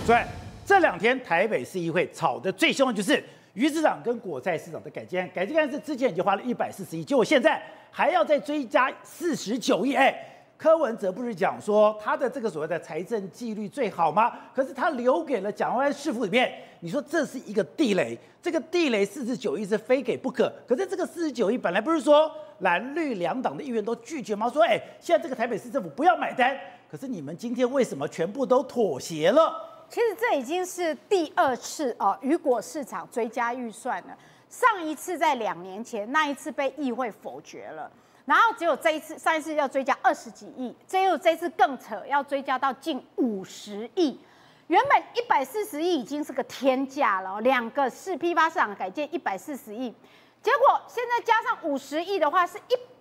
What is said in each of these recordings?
所以这2天台北市议会吵得最凶的就是鱼市场跟果菜市场的改建案。改建案是之前已经花了140亿，结果现在还要再追加49亿。柯文哲不是讲说他的这个所谓的财政纪律最好吗？可是他留给了蒋万安市府里面，你说这是一个地雷，这个地雷49亿是非给不可。可是这个49亿本来不是说蓝绿2党的议员都拒绝吗？说现在这个台北市政府不要买单。可是你们今天为什么全部都妥协了？ 其实这已经是第2次雨果市场追加预算了。上一次在2年前，那一次被议会否决了。然后只有这一次，上一次要追加20几亿，这次更扯，要追加到近50亿。原本140亿已经是个天价了，2个市批发市场改建140亿，结果现在加上50亿的话是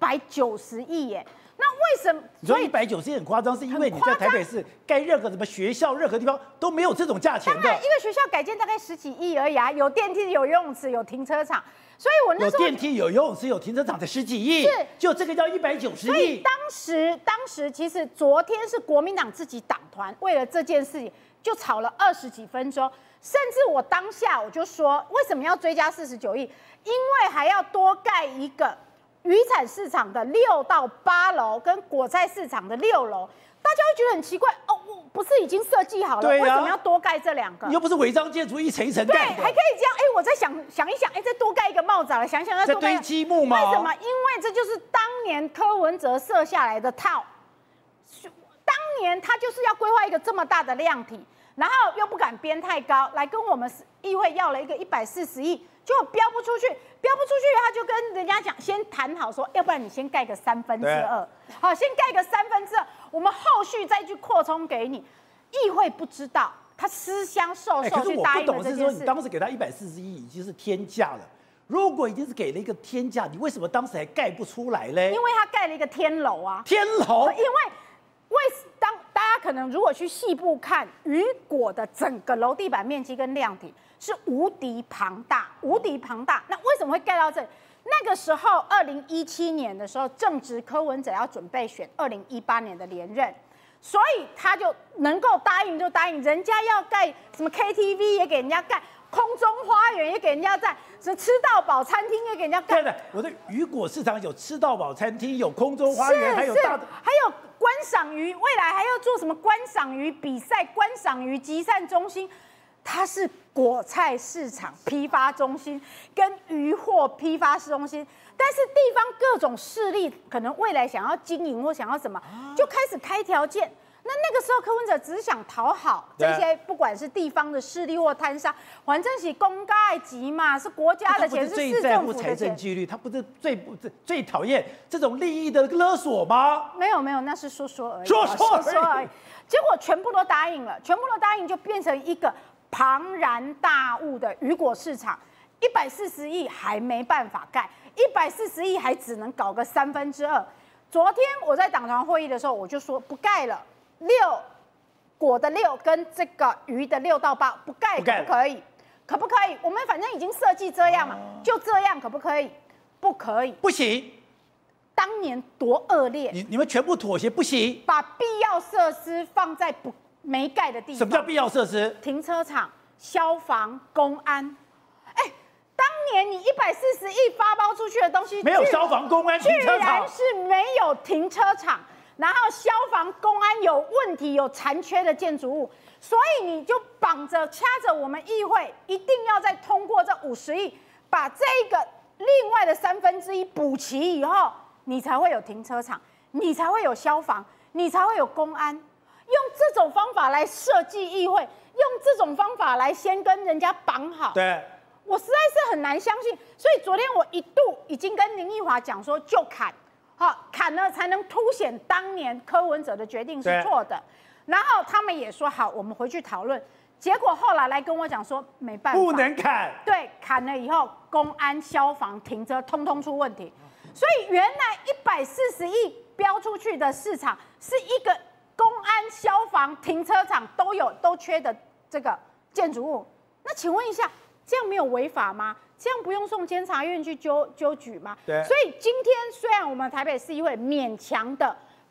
190亿耶。那为什么？ 所以190亿很夸张，是因为你在台北市盖任何什么学校、任何地方都没有这种价钱的。 当然，一个学校改建大概10几亿而已啊，有电梯、有游泳池、有停车场。所以我那时候有电梯、有游泳池、有停车场才10几亿， 是就这个叫190亿。 所以当时其实昨天是国民党自己党团为了这件事情就吵了20几分钟，甚至我当下我就说，为什么要追加49亿？因为还要多盖一个渔产市场的6到8楼跟果菜市场的6楼，大家会觉得很奇怪哦，不是已经设计好了，为什么要多盖这2个？ 又不是违章建筑一层一层盖的， 对，还可以这样。我再想一想，再多盖一个帽子了，想想要多盖堆积木嘛？ 为什么？因为这就是当年柯文哲设下来的套。当年他就是要规划一个这么大的量体，然后又不敢编太高，来跟我们议会要了一个140亿，结果标不出去，他就跟人家讲，先谈好说，要不然你先盖个2/3，好，先盖个2/3，我们后续再去扩充给你。议会不知道，他私相授受去答应了这件事。可是我不懂，是说你当时给他140亿已经是天价了。如果已经是给了一个天价，你为什么当时还盖不出来嘞？ 因为他盖了一个天楼啊。 天楼？因为大家可能如果去细部看雨果的整个楼地板面积跟量体是无敌庞大，那为什么会盖到这里？那个时候2017年的时候，正值柯文哲要准备选2018年的连任。所以他就能够答应就答应，人家要盖什么 KTV 也给人家盖，空中花园也给人家盖，什么吃到饱餐厅也给人家盖。 对的，我的雨果市场有吃到饱餐厅，有空中花园，还有观赏鱼，未来还要做什么观赏鱼比赛、观赏鱼集散中心，它是果菜市场批发中心跟渔货批发中心。但是地方各种势力可能未来想要经营或想要什么，就开始开条件。那个时候柯文哲只想讨好这些不管是地方的势力或摊商，反正是公家级嘛，是国家的钱，是市政府的钱。 最在乎财政纪律，他不是最讨厌这种利益的勒索吗？ 没有，那是说而已， 说而已。 结果全部都答应了，就变成一个庞然大物的雨果市场，140亿还没办法盖。140亿还只能搞个2/3。昨天我在党团会议的时候，我就说不盖了，果的6跟这个鱼的6到8不盖，可不可以？我们反正已经设计这样嘛，就这样，可不可以？不可以， 不行。 当年多恶劣， 你们全部妥协不行， 把必要设施放在没盖的地方。 什么叫必要设施？ 停车场、消防、公安。当年你140亿发包出去的东西， 没有消防、公安、停车场， 居然是没有停车场，然后消防、公安有问题、有残缺的建筑物，所以你就掐着我们议会，一定要再通过这50亿，把这个另外的1/3补齐以后，你才会有停车场，你才会有消防，你才会有公安。用这种方法来设计议会，用这种方法来先跟人家绑好。 对。 我实在是很难相信，所以昨天我一度已经跟林奕华讲说，就砍了才能凸显当年柯文哲的决定是错的。然后他们也说好，我们回去讨论。结果后来跟我讲说，没办法， 不能砍。 对，砍了以后，公安、消防、停车通通出问题。所以原来140亿标出去的市场是一个公安、消防、停车场都缺的这个建筑物。那请问一下，这样没有违法吗？这样不用送监察院去纠举吗？ 对。 所以今天虽然我们台北市议会勉强的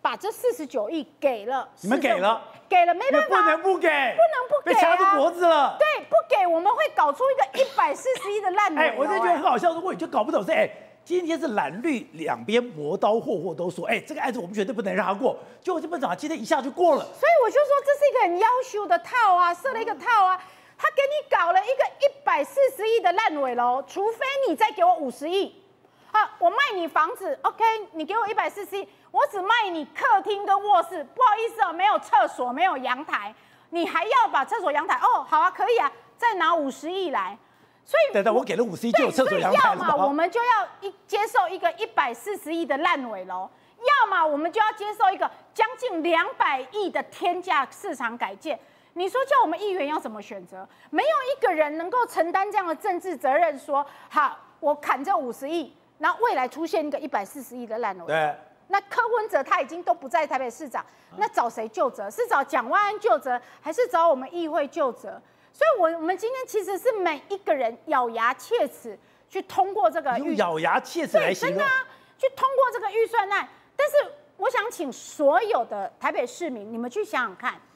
把这49亿给了， 你们给了， 没办法， 不能不给， 被掐住脖子了。 对，不给我们会搞出一个140亿的烂尾楼。 我就觉得很好笑，如果你就搞不懂是今天是蓝绿两边磨刀霍都说，这个案子我们绝对不能让他过，结果基本上今天一下就过了。 所以我就说这是一个很夭寿的套啊，设了一个套啊，他给你搞了一个140亿的烂尾楼，除非你再给我50亿。我卖你房子 ，OK， 你给我140亿，我只卖你客厅跟卧室，不好意思没有厕所，没有阳台，你还要把厕所阳台，好啊，可以啊，再拿50亿来，所以等我给了50亿就有厕所阳台了吗？ 要么我们就要接受一个140亿的烂尾楼，要么我们就要接受一个将近200亿的天价市场改建。你说叫我们议员要怎么选择？没有一个人能够承担这样的政治责任，说好我砍这50亿。然后未来出现一个140亿的烂尾， 对， 那柯文哲他已经都不在台北市长，那找谁就责？是找蒋万安就责，还是找我们议会就责？所以，我们今天其实是每一个人咬牙切齿去通过这个用咬牙切齿来形容， 真的啊，去通过这个预算案。但是，我想请所有的台北市民，你们去想想看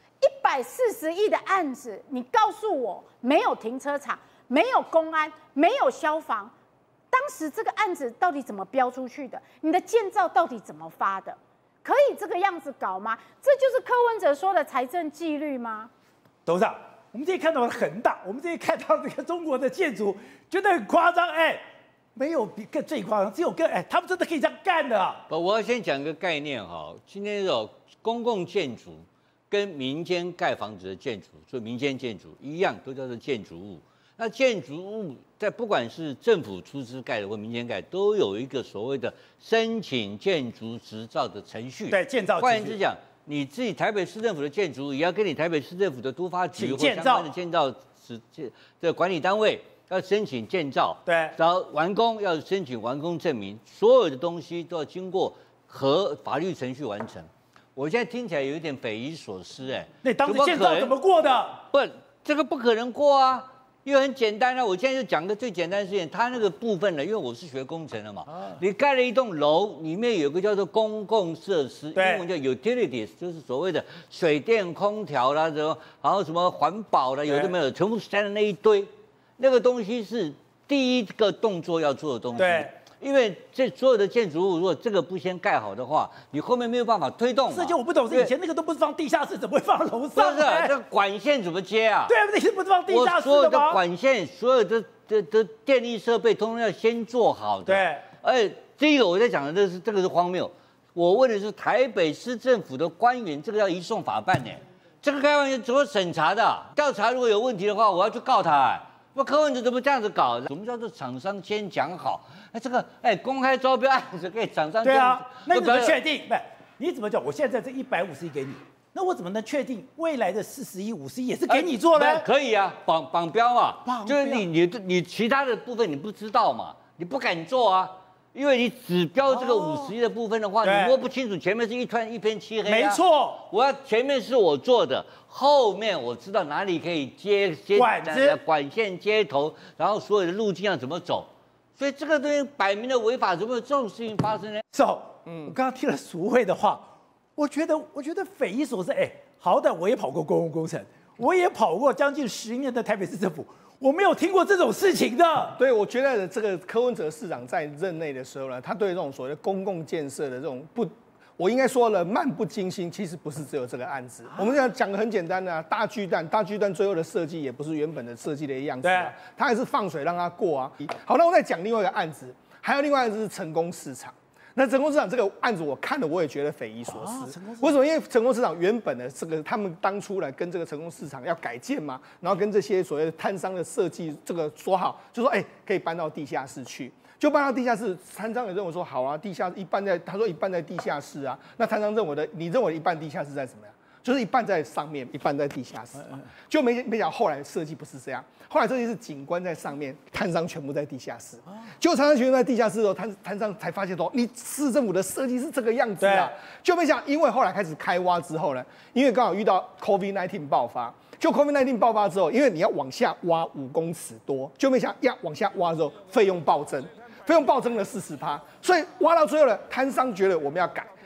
，140亿的案子，你告诉我没有停车场，没有公安，没有消防。当时这个案子到底怎么标出去的？你的建造到底怎么发的？可以这个样子搞吗？这就是柯文哲说的财政纪律吗？ 董事长，我们这里看到了恒大，我们这里看到这个中国的建筑，觉得很夸张，没有比更最夸张，只有他们真的可以这样干的啊！ 我要先讲个概念哈，今天有公共建筑跟民间盖房子的建筑，所以民间建筑一样，都叫做建筑物。那建筑物在不管是政府出资盖的或民间盖，都有一个所谓的申请建筑执照的程序。 对，建造。 换言之讲，你自己台北市政府的建筑也要跟你台北市政府的都发局或相关的建造的管理单位要申请建造。 对， 然后完工要申请完工证明，所有的东西都要经过法律程序完成。我现在听起来有一点匪夷所思， 那当时建造怎么过的？ 不，这个不可能过啊。因为很简单啊，我现在就讲个最简单的事情，它那个部分呢，因为我是学工程的嘛，你盖了一栋楼，里面有个叫做公共设施，英文叫 utilities， 就是所谓的水电空调啦，然后什么环保啦，有的没有，全部塞在那一堆，那个东西是第一个动作要做的东西。对。因为这所有的建筑物，如果这个不先盖好的话，你后面没有办法推动嘛。 这就我不懂，是以前那个都不是放地下室，怎么会放楼上？ 不是，这管线怎么接啊？ 对啊，那些不是放地下室的吗？ 所有的管线，所有的电力设备，通通要先做好的。 对。 而且第一个我在讲的这个是荒谬。我问的是台北市政府的官员，这个要移送法办呢。这个开玩笑怎么审查的？调查如果有问题的话，我要去告他。那柯文哲怎么这样子搞？什么叫做厂商先讲好？这个公开招标案子给厂商对啊，那你怎么确定？不，你怎么讲？我现在这150亿给你，那我怎么能确定未来的40亿、50亿也是给你做呢？ 可以啊，绑标嘛，就是你其他的部分你不知道嘛，你不敢做啊，因为你只标这个50亿的部分的话，你摸不清楚前面是一片漆黑。 没错， 我要前面是我做的，后面我知道哪里可以接管线接头，然后所有的路径要怎么走。所以这个东西摆明了违法，怎么有这种事情发生呢？ 我刚刚听了淑慧的话，我觉得匪夷所思。好歹我也跑过公共工程，我也跑过将近10年的台北市政府，我没有听过这种事情的。 对，我觉得这个柯文哲市长在任内的时候呢，他对这种所谓的公共建设的这种我应该说了漫不经心，其实不是只有这个案子。我们讲的很简单的大巨蛋最后的设计也不是原本的设计的样子啊，他还是放水让它过啊。好，那我再讲另外一个案子，还有另外一个是成功市场。那成功市场这个案子我看了，我也觉得匪夷所思。为什么？因为成功市场原本的这个他们当初来跟这个成功市场要改建嘛，然后跟这些所谓的摊商的设计这个说好，就说可以搬到地下室去。就搬到地下室，摊商也认为说好啊，地下一半在，他说一半在地下室啊。那摊商认为的，你认为的一半地下室在怎么样？就是一半在上面，一半在地下室嘛。就没想后来设计不是这样，后来设计是景观在上面，摊商全部在地下室。就摊商全部在地下室的时候，摊商才发现说，你市政府的设计是这个样子啊。就没想，因为后来开始开挖之后呢，因为刚好遇到 COVID-19 爆发。就 COVID-19 爆发之后，因为你要往下挖5公尺多，就没想要往下挖之后，费用暴增了40%，所以挖到最后呢，摊商觉得我们要改，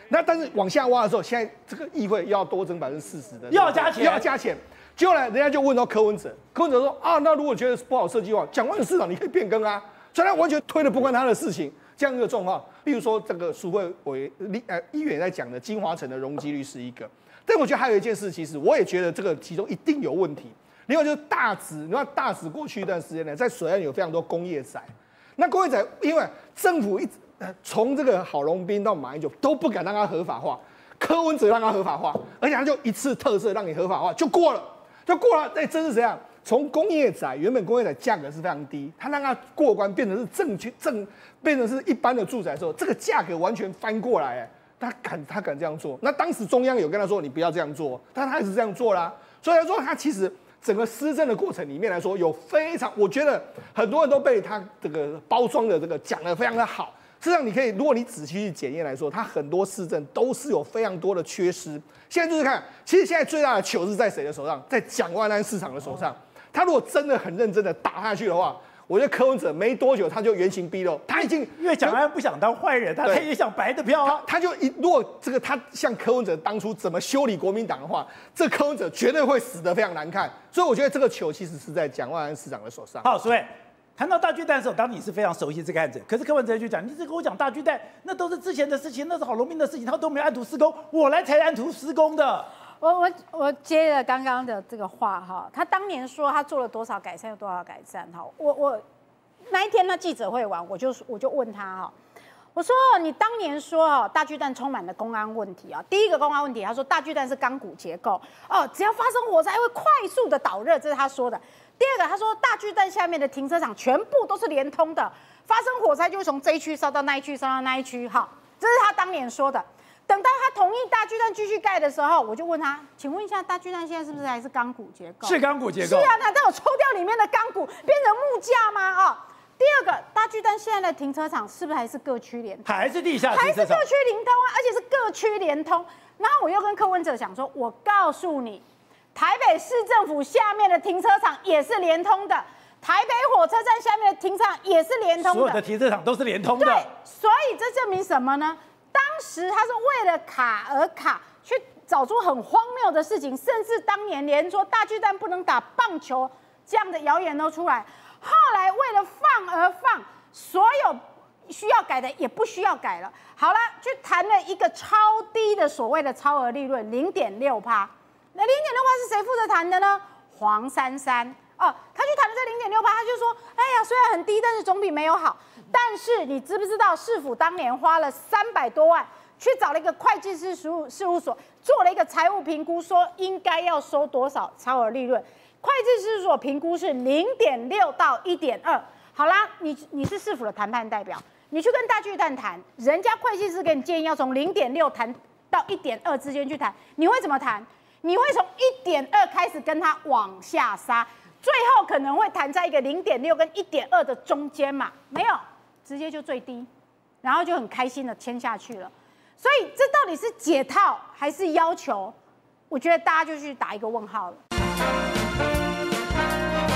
那但是往下挖的时候，现在这个议会又要多征40%的， 又要加钱， 又要加钱。结果呢，人家就问到柯文哲，柯文哲说啊，那如果觉得不好设计的话，蒋万安市长你可以变更啊，所以他完全推的不关他的事情。这样一个状况，例如说这个苏会议员在讲的金华城的容积率是一个，但我觉得还有一件事，其实我也觉得这个其中一定有问题。另外就是大直，你看大直过去一段时间呢，在水岸有非常多工业宅，那工业宅因为政府一直从这个郝龙斌到马英九都不敢让它合法化，柯文哲让它合法化，而且他就一次特赦让你合法化就过了，哎，这是怎样？从工业宅原本工业宅价格是非常低，他让它过关变成是变成是一般的住宅的时候，这个价格完全翻过来，哎，他敢这样做？那当时中央有跟他说你不要这样做，但他还是这样做啦。所以他说他其实整个施政的过程里面来说，有非常，我觉得很多人都被他这个包装的这个讲得非常的好。事实上，你可以，如果你仔细去检验来说，他很多施政都是有非常多的缺失。现在就是看，其实现在最大的球是在谁的手上？在蒋万安市长的手上。他如果真的很认真的打下去的话，我觉得柯文哲没多久他就原形毕露。他已经因为蒋万安不想当坏人，他也想白的票啊。 他就如果这个他像柯文哲当初怎么修理国民党的话，这柯文哲绝对会死得非常难看。所以我觉得这个球其实是在蒋万安市长的手上。 好，所以谈到大巨蛋的时候，当你是非常熟悉这个案子，可是柯文哲就讲，你只跟我讲大巨蛋，那都是之前的事情，那是郝龙斌的事情，他都没有按图施工，我来才按图施工的。 我接了刚刚的这个话哈，他当年说他做了多少改善，有多少改善哈。我那一天他记者会完，我就问他哈，我说你当年说大巨蛋充满了公安问题啊，第一个公安问题，他说大巨蛋是钢骨结构哦，只要发生火灾会快速的导热，这是他说的。第二个，他说大巨蛋下面的停车场全部都是连通的，发生火灾就会从这一区烧到那一区，烧到那一区，哈，这是他当年说的。等到他同意大巨蛋继续盖的时候，我就问他，请问一下，大巨蛋现在是不是还是钢骨结构？ 是钢骨结构。 是啊，难道有抽掉里面的钢骨变成木架吗？哦，第二个，大巨蛋现在的停车场是不是还是各区连通？ 还是地下停车场？ 还是各区连通啊，而且是各区连通。然后我又跟柯文哲讲说，我告诉你，台北市政府下面的停车场也是连通的，台北火车站下面的停车场也是连通的， 所有的停车场都是连通的。 对，所以这证明什么呢？当时他是为了卡而卡，去找出很荒谬的事情，甚至当年连说大巨蛋不能打棒球这样的谣言都出来。后来为了放而放，所有需要改的也不需要改了。好了，去谈了一个超低的所谓的超额利润0.6%。那0.6%是谁负责谈的呢？黄珊珊哦，他去谈了这0.6%，他就说，哎呀，虽然很低，但是总比没有好。但是你知不知道市府当年花了300多万去找了一个会计师事务所做了一个财务评估，说应该要收多少超额利润？会计师事务所评估是0.6到1.2。好啦，你是市府的谈判代表，你去跟大巨蛋谈，人家会计师给你建议要从0.6谈到1.2之间去谈，你会怎么谈？你会从1.2开始跟他往下杀，最后可能会谈在一个0.6跟1.2的中间嘛？没有。直接就最低，然后就很开心的签下去了。所以这到底是解套还是要求？我觉得大家就去打一个问号了。